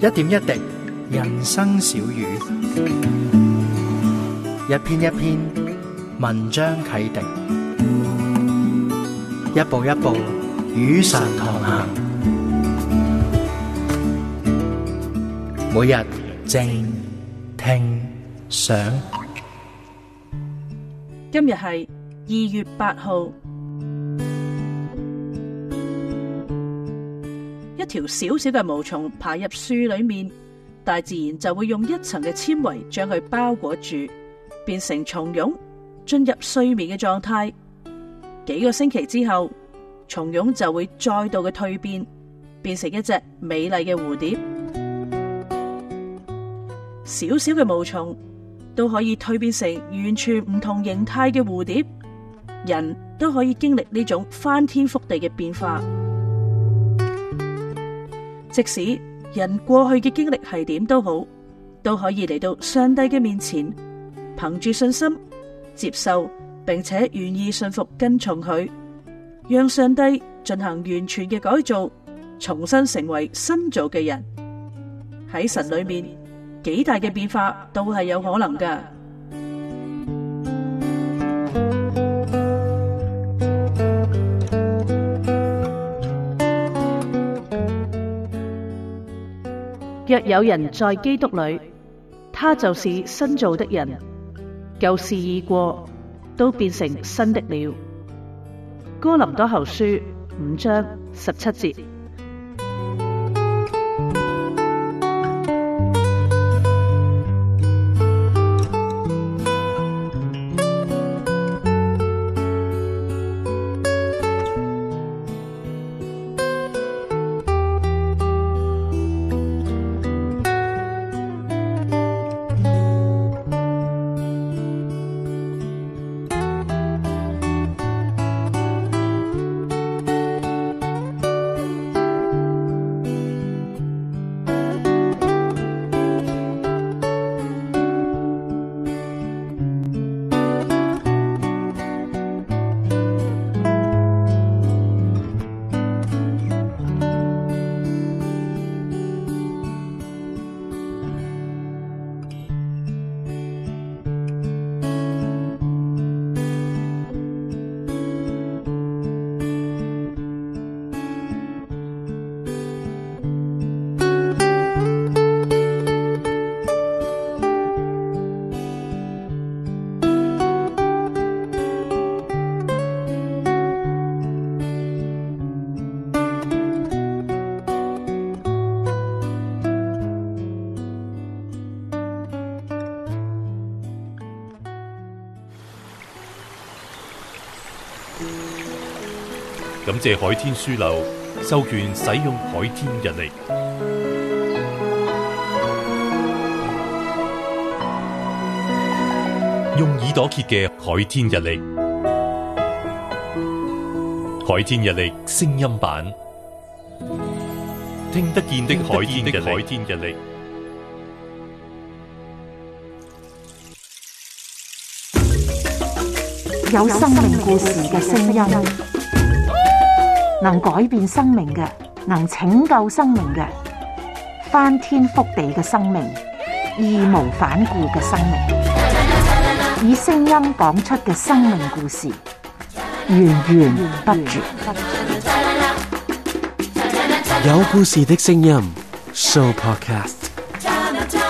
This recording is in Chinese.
一點一滴人生小語，一篇一篇文章啟迪，一步一步與神同行。每日靜聽想， 今日係2月8號。一條小小嘅毛蟲爬入樹裏面，大自然就會用一層嘅纖維將佢包裹住，變成蟲蛹，進入睡眠嘅狀態。幾個星期之後，蟲蛹就會再度嘅蛻變，變成一隻美麗嘅蝴蝶。小小嘅毛蟲都可以蛻變成完全唔同形態嘅蝴蝶，人都可以經歷呢種翻天覆地嘅變化。即使人過去嘅經歷係點都好，都可以嚟到上帝嘅面前，憑住信心接受，並且願意信服跟從佢，讓上帝進行完全嘅改造，重新成為新造嘅人。喺神裏面，幾大嘅變化都係有可能㗎。若有人在基督裏，他就是新造的人，舊事已過，都變成新的了。哥林多後書5章17節。 感謝海天書樓授權使用海天日曆，用耳朵揭嘅海天日曆，海天日曆聲音版，聽得見的海天日曆。 有生命故事嘅聲音，能改變生命嘅，能拯救生命嘅，翻天覆地嘅生命，義無反顧嘅生命，以聲音講出嘅生命故事，源源不絕。 有故事的聲音 Show Podcast。